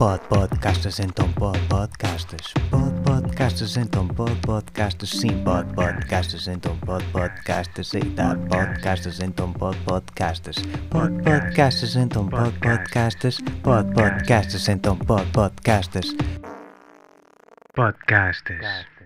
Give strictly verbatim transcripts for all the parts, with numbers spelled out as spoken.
Pod podcastas, então pod podcastas. Pod podcastas, então pod podcastas. Sim, pod podcastas, então pod podcastas. Eita, podcastas, então pod podcastas. Pod podcastas, então pod podcastas. Pod podcastas, então pod podcastas. Podcastas.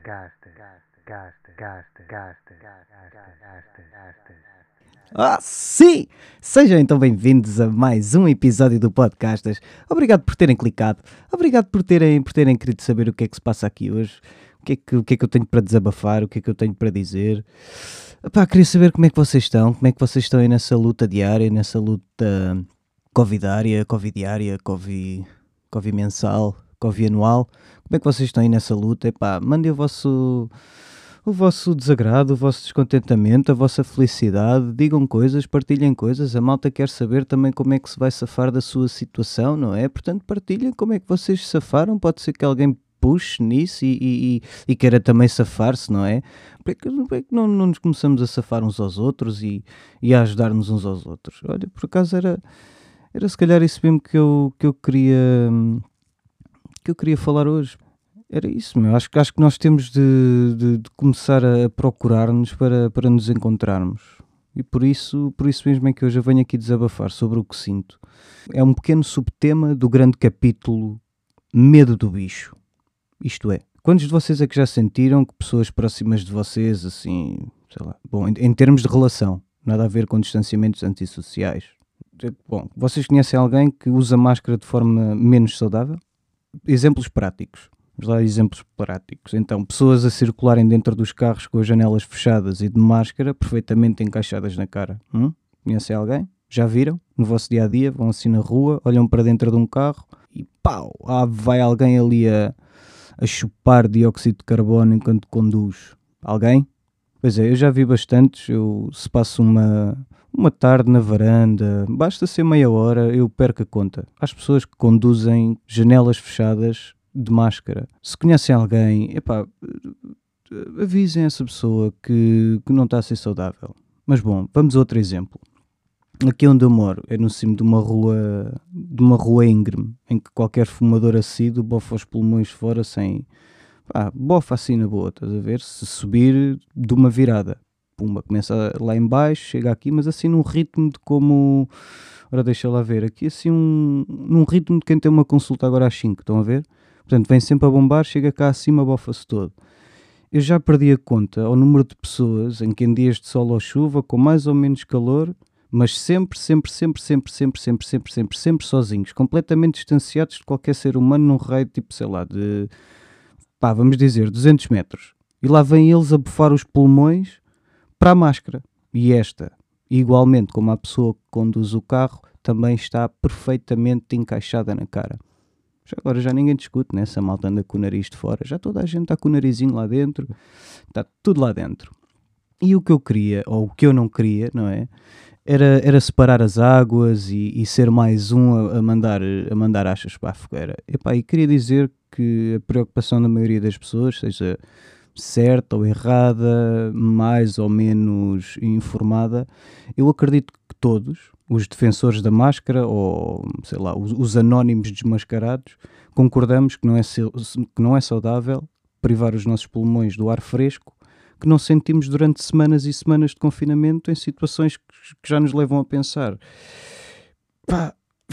Ah, sim! Sejam então bem-vindos a mais um episódio do Podcastas. Obrigado por terem clicado. Obrigado por terem, por terem querido saber o que é que se passa aqui hoje. O que é que, o que é que eu tenho para desabafar, o que é que eu tenho para dizer. Epá, queria saber como é que vocês estão, como é que vocês estão aí nessa luta diária, nessa luta covidária, covidiária, covid, covid mensal, covid anual. Como é que vocês estão aí nessa luta? Epá, mandem o vosso... o vosso desagrado, o vosso descontentamento, a vossa felicidade, digam coisas, partilhem coisas, a malta quer saber também como é que se vai safar da sua situação, não é? Portanto, partilhem como é que vocês se safaram, pode ser que alguém puxe nisso e, e, e, e queira também safar-se, não é? Porque, porque não, não nos começamos a safar uns aos outros e, e a ajudar-nos uns aos outros? Olha, por acaso era, era se calhar isso mesmo que eu, que eu queria que eu queria falar hoje. Era isso, meu. Acho, acho que nós temos de, de, de começar a procurar-nos para, para nos encontrarmos. E por isso, por isso mesmo é que hoje eu venho aqui desabafar sobre o que sinto. É um pequeno subtema do grande capítulo Medo do Bicho. Isto é, quantos de vocês é que já sentiram que pessoas próximas de vocês, assim, sei lá, bom, em, em termos de relação, nada a ver com distanciamentos antissociais. Bom, vocês conhecem alguém que usa máscara de forma menos saudável? Exemplos práticos. Vamos lá, exemplos práticos. Então, pessoas a circularem dentro dos carros com as janelas fechadas e de máscara perfeitamente encaixadas na cara. Hum? Conhecem alguém? Já viram? No vosso dia-a-dia, vão assim na rua, olham para dentro de um carro e pau! Ah, vai alguém ali a, a chupar dióxido de carbono enquanto conduz. Alguém? Pois é, eu já vi bastantes. Eu, se passo uma, uma tarde na varanda, basta ser meia hora, eu perco a conta. As pessoas que conduzem janelas fechadas de máscara. Se conhecem alguém, epá, avisem essa pessoa que, que não está a ser saudável. Mas bom, vamos a outro exemplo. Aqui onde eu moro é no cimo de uma rua de uma rua íngreme, em que qualquer fumador assíduo bofa os pulmões fora sem... Pá, bofa assim na boa, estás a ver? Se subir de uma virada. Pumba, começa lá em baixo, chega aqui, mas assim num ritmo de como... Ora, deixa lá ver. Aqui assim um... num ritmo de quem tem uma consulta agora às cinco, estão a ver? Portanto, vem sempre a bombar, chega cá acima, bofa-se todo. Eu já perdi a conta ao número de pessoas em que em dias de sol ou chuva, com mais ou menos calor, mas sempre, sempre, sempre, sempre, sempre, sempre, sempre, sempre, sempre sozinhos, completamente distanciados de qualquer ser humano num raio tipo, sei lá, de, pá, vamos dizer, duzentos metros. E lá vêm eles a bufar os pulmões para a máscara. E esta, igualmente como a pessoa que conduz o carro, também está perfeitamente encaixada na cara. Já agora já ninguém discute, né? Essa malta anda com o nariz de fora. Já toda a gente está com o narizinho lá dentro. Está tudo lá dentro. E o que eu queria, ou o que eu não queria, não é? Era, era separar as águas e, e ser mais um a, a, mandar, a mandar achas para a fogueira. Epá, e queria dizer que a preocupação da maioria das pessoas, seja certa ou errada, mais ou menos informada, eu acredito que todos, os defensores da máscara ou, sei lá, os, os anónimos desmascarados, concordamos que não, é, que não é saudável privar os nossos pulmões do ar fresco que não sentimos durante semanas e semanas de confinamento em situações que, que já nos levam a pensar. Pá,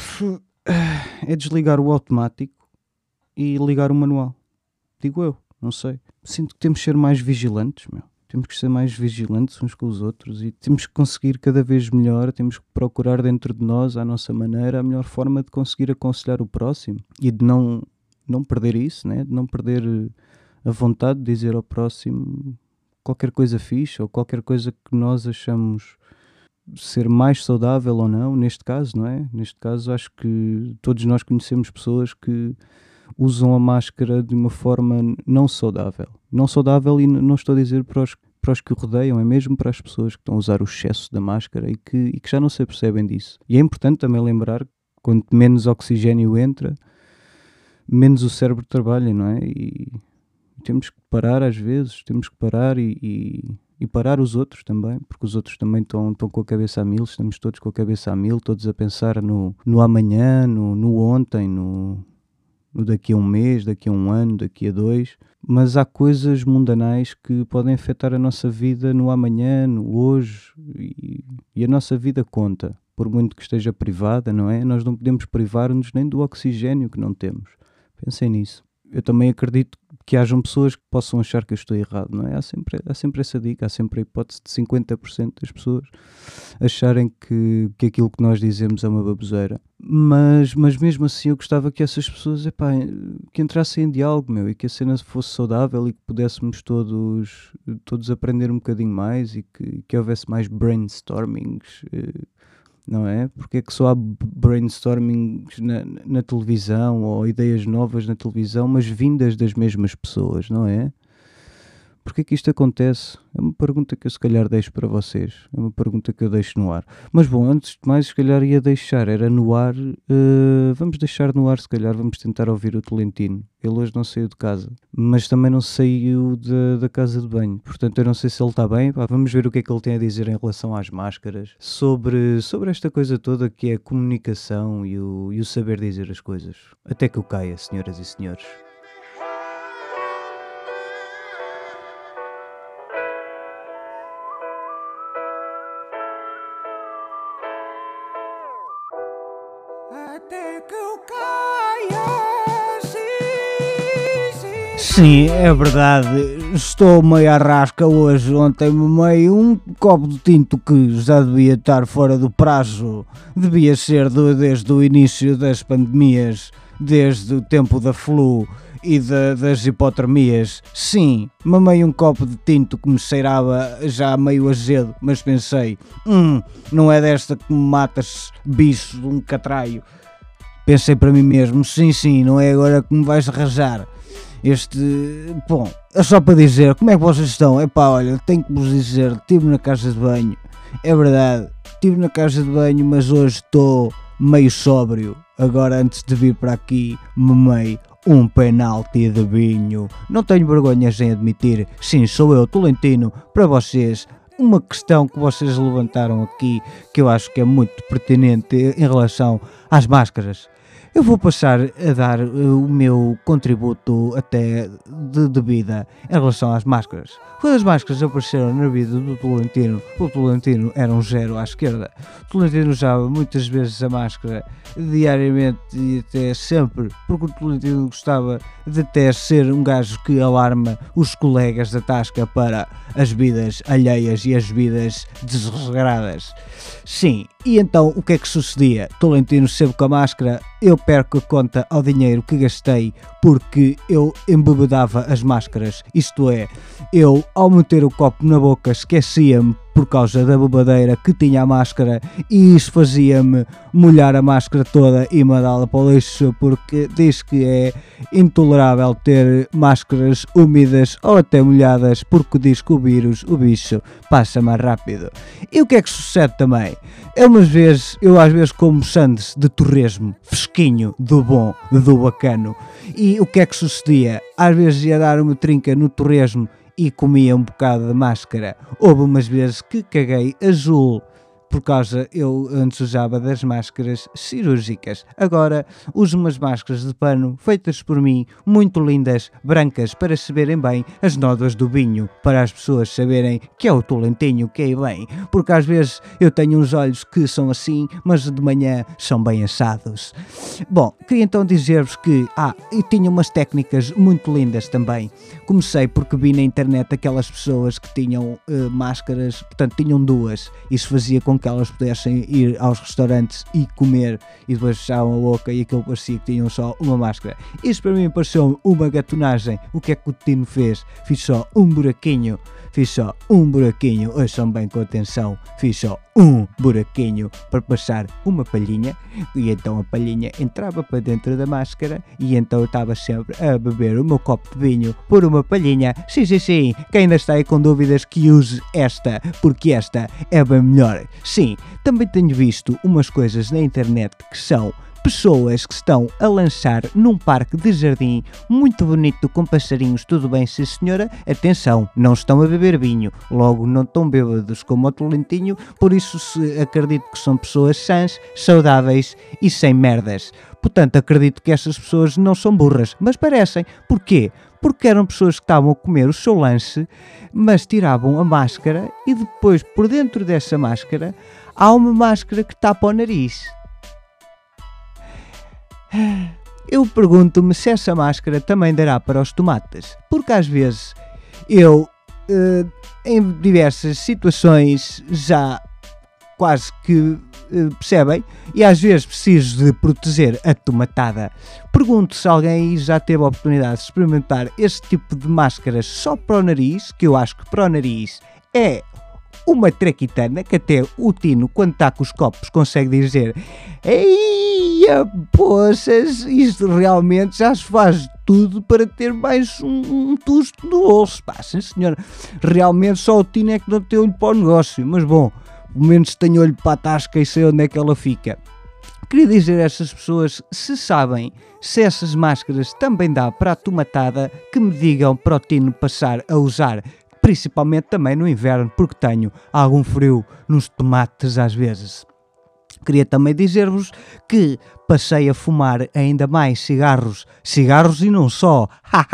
é desligar o automático e ligar o manual. Digo eu, não sei. Sinto que temos que ser mais vigilantes, meu. Temos que ser mais vigilantes uns com os outros e temos que conseguir cada vez melhor, temos que procurar dentro de nós, à nossa maneira, a melhor forma de conseguir aconselhar o próximo e de não, não perder isso, né? De não perder a vontade de dizer ao próximo qualquer coisa fixe ou qualquer coisa que nós achamos ser mais saudável ou não, neste caso, não é? Neste caso acho que todos nós conhecemos pessoas que usam a máscara de uma forma não saudável. Não saudável e não estou a dizer para os, para os que o rodeiam, é mesmo para as pessoas que estão a usar o excesso da máscara e que, e que já não se apercebem disso. E é importante também lembrar que quanto menos oxigênio entra, menos o cérebro trabalha, não é? E temos que parar às vezes, temos que parar e, e, e parar os outros também, porque os outros também estão, estão com a cabeça a mil, estamos todos com a cabeça a mil, todos a pensar no, no amanhã, no, no ontem, no... no daqui a um mês, daqui a um ano, daqui a dois, mas há coisas mundanais que podem afetar a nossa vida no amanhã, no hoje, e, e a nossa vida conta, por muito que esteja privada, não é? Nós não podemos privar-nos nem do oxigênio que não temos. Pensem nisso. Eu também acredito que hajam pessoas que possam achar que eu estou errado, não é? Há sempre, há sempre essa dica, há sempre a hipótese de cinquenta por cento das pessoas acharem que, que aquilo que nós dizemos é uma baboseira. Mas, mas mesmo assim eu gostava que essas pessoas, epá, que entrassem em diálogo, meu, e que a cena fosse saudável e que pudéssemos todos, todos aprender um bocadinho mais e que, que houvesse mais brainstormings, não é? Porque é que só há brainstorming na, na televisão ou ideias novas na televisão, mas vindas das mesmas pessoas, não é? Porquê que isto acontece? É uma pergunta que eu se calhar deixo para vocês, é uma pergunta que eu deixo no ar. Mas bom, antes de mais se calhar ia deixar, era no ar, uh, vamos deixar no ar se calhar, vamos tentar ouvir o Tolentino. Ele hoje não saiu de casa, mas também não saiu da, da casa de banho, portanto eu não sei se ele está bem. Pá, vamos ver o que é que ele tem a dizer em relação às máscaras, sobre, sobre esta coisa toda que é a comunicação e o, e o saber dizer as coisas. Até que eu caia, senhoras e senhores. Até que eu caia, sim, sim. Sim, é verdade, estou meio à rasca hoje. Ontem mamei um copo de tinto que já devia estar fora do prazo, devia ser do, desde o início das pandemias, desde o tempo da flu e de, das hipotermias. Sim, mamei um copo de tinto que me cheirava já meio azedo, mas pensei, hum, não é desta que me matas, bicho de um catraio. Pensei para mim mesmo, sim, sim, não é agora que me vais arranjar. Este, bom, é só para dizer, como é que vocês estão? Epá, olha, tenho que vos dizer, estive na casa de banho, é verdade, estive na casa de banho, mas hoje estou meio sóbrio. Agora, antes de vir para aqui, mamei um penalti de vinho. Não tenho vergonhas em admitir, sim, sou eu, Tolentino, para vocês. Uma questão que vocês levantaram aqui, que eu acho que é muito pertinente em relação às máscaras. Eu vou passar a dar uh, o meu contributo até de, de vida em relação às máscaras. Quando as máscaras apareceram na vida do Tolentino, o Tolentino era um zero à esquerda. O Tolentino usava muitas vezes a máscara diariamente e até sempre, porque o Tolentino gostava de até ser um gajo que alarma os colegas da tasca para as vidas alheias e as vidas desregradas. Sim, e então o que é que sucedia? Tolentino sempre com a máscara, eu perco a conta ao dinheiro que gastei porque eu embebedava as máscaras, isto é, eu ao meter o copo na boca esquecia-me por causa da bebadeira que tinha a máscara e isso fazia-me molhar a máscara toda e mandá-la para o lixo, porque diz que é intolerável ter máscaras úmidas ou até molhadas, porque diz que o vírus, o bicho, passa mais rápido. E o que é que sucede também? É umas vezes, eu às vezes como sandes de torresmo, fresquinho, do bom, do bacano, e o que é que sucedia? Às vezes ia dar uma trinca no torresmo e comia um bocado de máscara. Houve umas vezes que caguei azul, por causa, eu antes usava das máscaras cirúrgicas, agora uso umas máscaras de pano feitas por mim, muito lindas, brancas, para se verem bem as nódoas do vinho, para as pessoas saberem que é o Tolentinho que é bem, porque às vezes eu tenho uns olhos que são assim, mas de manhã são bem assados. Bom, queria então dizer-vos que, ah, eu tinha umas técnicas muito lindas também. Comecei porque vi na internet aquelas pessoas que tinham uh, máscaras, portanto tinham duas, isso fazia com que elas pudessem ir aos restaurantes e comer e depois fechavam a boca e aquilo parecia que tinham só uma máscara. Isso para mim pareceu uma gatonagem. O que é que o Tino fez? Fiz só um buraquinho, fiz só um buraquinho, ouçam bem com atenção, fiz só um buraquinho para passar uma palhinha e então a palhinha entrava para dentro da máscara e então eu estava sempre a beber o meu copo de vinho por uma palhinha. Sim, sim, sim, quem ainda está aí com dúvidas que use esta, porque esta é bem melhor. Sim, também tenho visto umas coisas na internet que são pessoas que estão a lanchar num parque de jardim muito bonito com passarinhos, tudo bem, sim senhora, atenção, não estão a beber vinho, logo não estão bêbados como o Tolentinho, por isso se, acredito que são pessoas sãs, saudáveis e sem merdas. Portanto, acredito que essas pessoas não são burras, mas parecem. Porquê? Porque eram pessoas que estavam a comer o seu lanche, mas tiravam a máscara e depois, por dentro dessa máscara, há uma máscara que tapa o nariz. Eu pergunto-me se essa máscara também dará para os tomates, porque às vezes eu, eh, em diversas situações, já quase que eh, percebem, e às vezes preciso de proteger a tomatada. Pergunto se alguém já teve a oportunidade de experimentar este tipo de máscaras só para o nariz, que eu acho que para o nariz é uma traquitana, que até o Tino, quando está com os copos, consegue dizer: eia, poças, isto realmente já se faz tudo para ter mais um, um tusto no bolso. Pá, sim senhora, realmente só o Tino é que não tem olho para o negócio, mas bom, pelo menos tenho olho para a tasca e sei onde é que ela fica. Queria dizer a essas pessoas, se sabem se essas máscaras também dá para a tomatada, que me digam para o Tino passar a usar, principalmente também no inverno, porque tenho algum frio nos tomates às vezes. Queria também dizer-vos que passei a fumar ainda mais cigarros, cigarros e não só.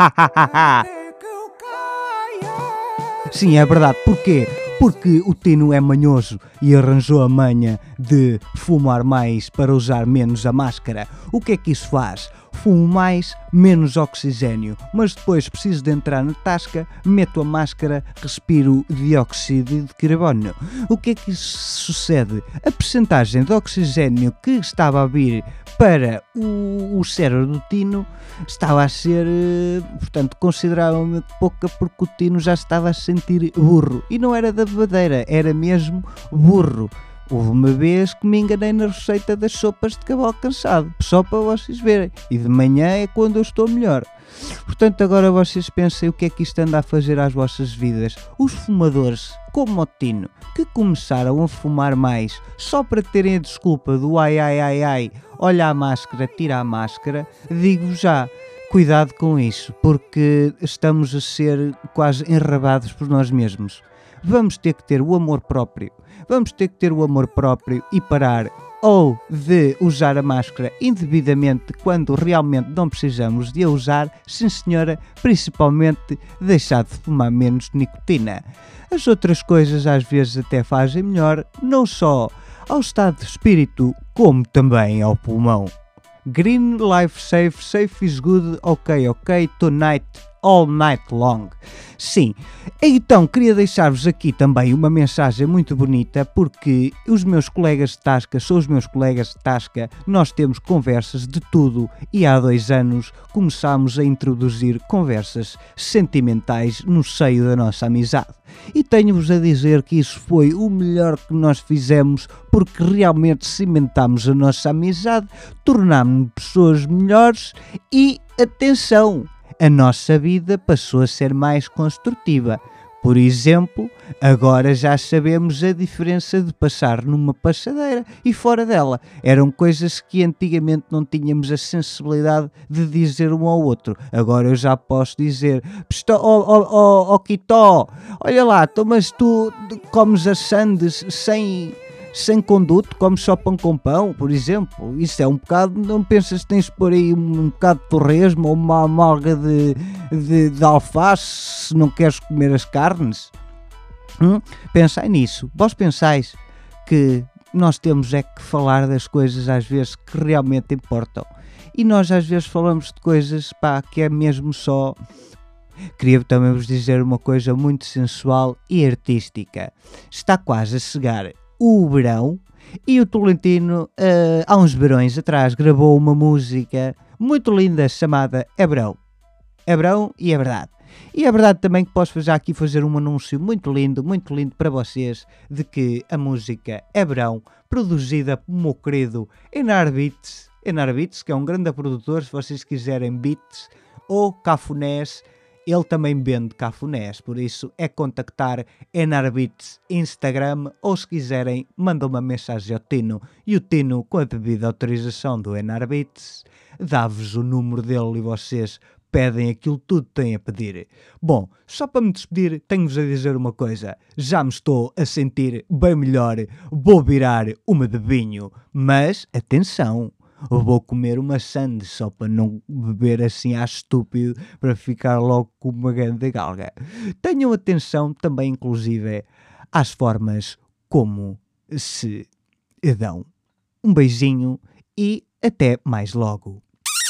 Sim, é verdade. Porquê? Porque o Tino é manhoso e arranjou a manha de fumar mais para usar menos a máscara. O que é que isso faz? Fumo mais, menos oxigênio, mas depois preciso de entrar na tasca, meto a máscara, respiro dióxido de carbono. O que é que isso sucede? A percentagem de oxigênio que estava a vir para o, o cérebro do Tino estava a ser, portanto, consideravelmente pouca, porque o Tino já estava a se sentir burro. E não era da bebadeira, era mesmo burro. Houve uma vez que me enganei na receita das sopas de cavalo cansado, só para vocês verem. E de manhã é quando eu estou melhor. Portanto, agora vocês pensem o que é que isto anda a fazer às vossas vidas. Os fumadores, como o Tino, que começaram a fumar mais só para terem a desculpa do ai ai ai ai, olha a máscara, tira a máscara, digo-vos já, cuidado com isso, porque estamos a ser quase enrabados por nós mesmos. Vamos ter que ter o amor próprio. Vamos ter que ter o amor próprio e parar ou de usar a máscara indevidamente quando realmente não precisamos de a usar, sim senhora, principalmente deixar de fumar menos nicotina. As outras coisas às vezes até fazem melhor, não só ao estado de espírito, como também ao pulmão. Green, life safe, safe is good, ok, ok, tonight, all night long. Sim, então queria deixar-vos aqui também uma mensagem muito bonita, porque os meus colegas de tasca são os meus colegas de tasca, nós temos conversas de tudo e há dois anos começámos a introduzir conversas sentimentais no seio da nossa amizade. E tenho-vos a dizer que isso foi o melhor que nós fizemos, porque realmente cimentámos a nossa amizade, tornámos-nos pessoas melhores e, atenção, a nossa vida passou a ser mais construtiva. Por exemplo, agora já sabemos a diferença de passar numa passadeira e fora dela. Eram coisas que antigamente não tínhamos a sensibilidade de dizer um ao outro. Agora eu já posso dizer: ó oh, oh, oh, Quitó, olha lá, então, mas tu comes as sandes sem... sem conduto, comes só pão com pão, por exemplo. Isso é um bocado, não pensas que tens de pôr aí um, um bocado de torresmo ou uma amalga de, de, de alface se não queres comer as carnes? Hum? Pensai nisso. Vós pensais que nós temos é que falar das coisas às vezes que realmente importam. E nós às vezes falamos de coisas, pá, que é mesmo só... Queria também vos dizer uma coisa muito sensual e artística. Está quase a chegar o verão e o Tolentino, uh, há uns verões atrás, gravou uma música muito linda chamada É Verão. É verão e é verdade. E é verdade também que posso já aqui fazer um anúncio muito lindo, muito lindo para vocês, de que a música É Verão, produzida pelo meu querido Enar Beats, Enar Beats, que é um grande produtor, se vocês quiserem beats ou cafunés, ele também vende cafunés, por isso é contactar Enarbits Instagram ou se quiserem mandam uma mensagem ao Tino e o Tino, com a devida autorização do Enarbits, dá-vos o número dele e vocês pedem aquilo tudo que têm a pedir. Bom, só para me despedir, tenho-vos a dizer uma coisa. Já me estou a sentir bem melhor, vou virar uma de vinho, mas atenção, vou comer uma sandes só para não beber assim à estúpido, para ficar logo com uma grande galga. Tenham atenção também, inclusive, às formas como se dão. Um beijinho e até mais logo.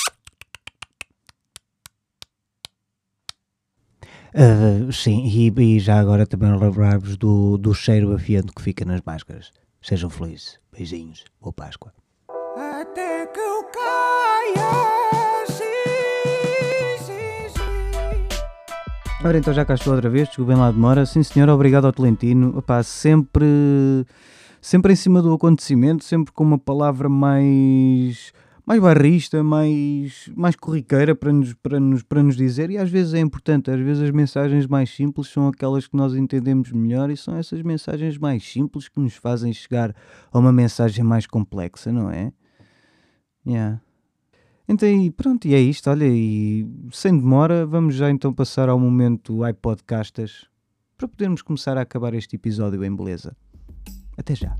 Uh, sim, e, e já agora também lembrar-vos do, do cheiro afiante que fica nas máscaras. Sejam felizes. Beijinhos. Boa Páscoa. Até que eu caia, sim, sim, sim. Ora, então já cá estou outra vez, desculpem lá a demora. Sim senhor, obrigado ao Tolentino. Opá, sempre, sempre em cima do acontecimento, sempre com uma palavra mais, mais barrista, mais, mais corriqueira para nos, para, nos, para nos dizer. E às vezes é importante, às vezes as mensagens mais simples são aquelas que nós entendemos melhor e são essas mensagens mais simples que nos fazem chegar a uma mensagem mais complexa, não é? Yeah. Então, e pronto, e é isto, olha, e sem demora, vamos já então passar ao momento iPodcastas para podermos começar a acabar este episódio em beleza. Até já.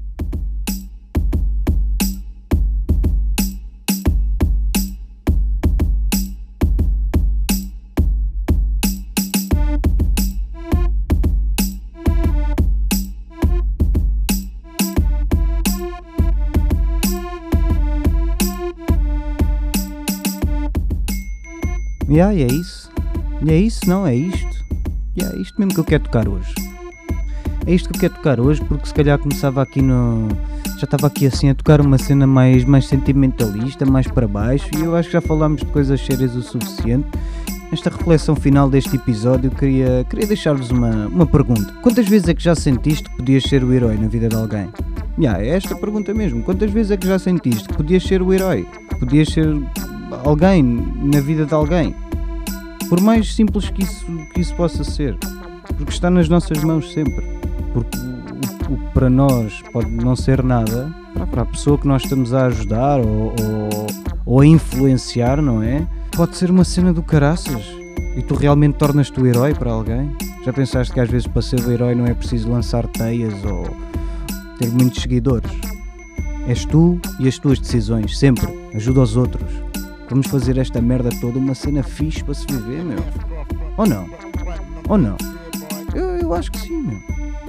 Yeah, e é isso. E é isso, não, é isto. Yeah, é isto mesmo que eu quero tocar hoje. É isto que eu quero tocar hoje, porque se calhar começava aqui no... Já estava aqui assim a tocar uma cena mais, mais sentimentalista, mais para baixo, e eu acho que já falámos de coisas sérias o suficiente. Nesta reflexão final deste episódio, queria, queria deixar-vos uma, uma pergunta. Quantas vezes é que já sentiste que podias ser o herói na vida de alguém? Yeah, é esta pergunta mesmo. Quantas vezes é que já sentiste que podias ser o herói? Podias ser alguém na vida de alguém? Por mais simples que isso, que isso possa ser. Porque está nas nossas mãos sempre. Porque o, o que para nós pode não ser nada, para, para a pessoa que nós estamos a ajudar ou, ou, ou a influenciar, não é? Pode ser uma cena do caraças. E tu realmente tornas-te o herói para alguém? Já pensaste que às vezes para ser o herói não é preciso lançar teias ou ter muitos seguidores? És tu e as tuas decisões, sempre. Ajuda aos outros. Vamos fazer esta merda toda uma cena fixe para se viver, meu. Ou não? Ou não? Eu, eu acho que sim, meu.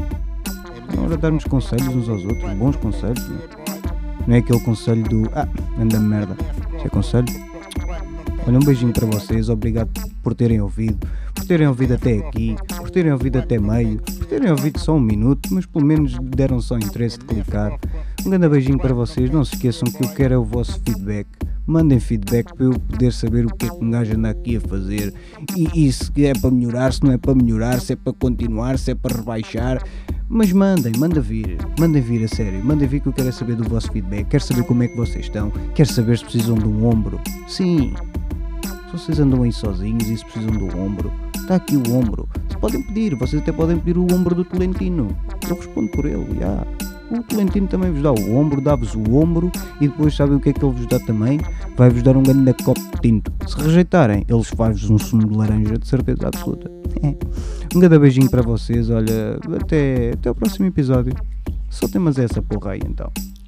É hora de darmos conselhos uns aos outros, bons conselhos, meu. Não é aquele conselho do... Ah, anda merda. Isso é conselho? Olha, um beijinho para vocês, obrigado por terem ouvido, por terem ouvido até aqui, por terem ouvido até meio, por terem ouvido só um minuto, mas pelo menos deram só interesse de clicar. Um grande beijinho para vocês, não se esqueçam que eu quero é o vosso feedback. Mandem feedback para eu poder saber o que é que um gajo anda aqui a fazer e, e se é para melhorar, se não é para melhorar, se é para continuar, se é para rebaixar. Mas mandem, manda vir, mandem vir a sério, mandem vir que eu quero saber do vosso feedback, quero saber como é que vocês estão, quero saber se precisam de um ombro. Sim, se vocês andam aí sozinhos e se precisam do ombro, está aqui o ombro. Se podem pedir, vocês até podem pedir o ombro do Tolentino, eu respondo por ele, já. Yeah. O Tolentino também vos dá o ombro, dá-vos o ombro e depois sabem o que é que ele vos dá também? Vai-vos dar um grande copo de tinto. Se rejeitarem, eles fazem-vos um sumo de laranja de certeza absoluta. Um grande beijinho para vocês, olha, até, até o próximo episódio. Só temos essa porra aí então.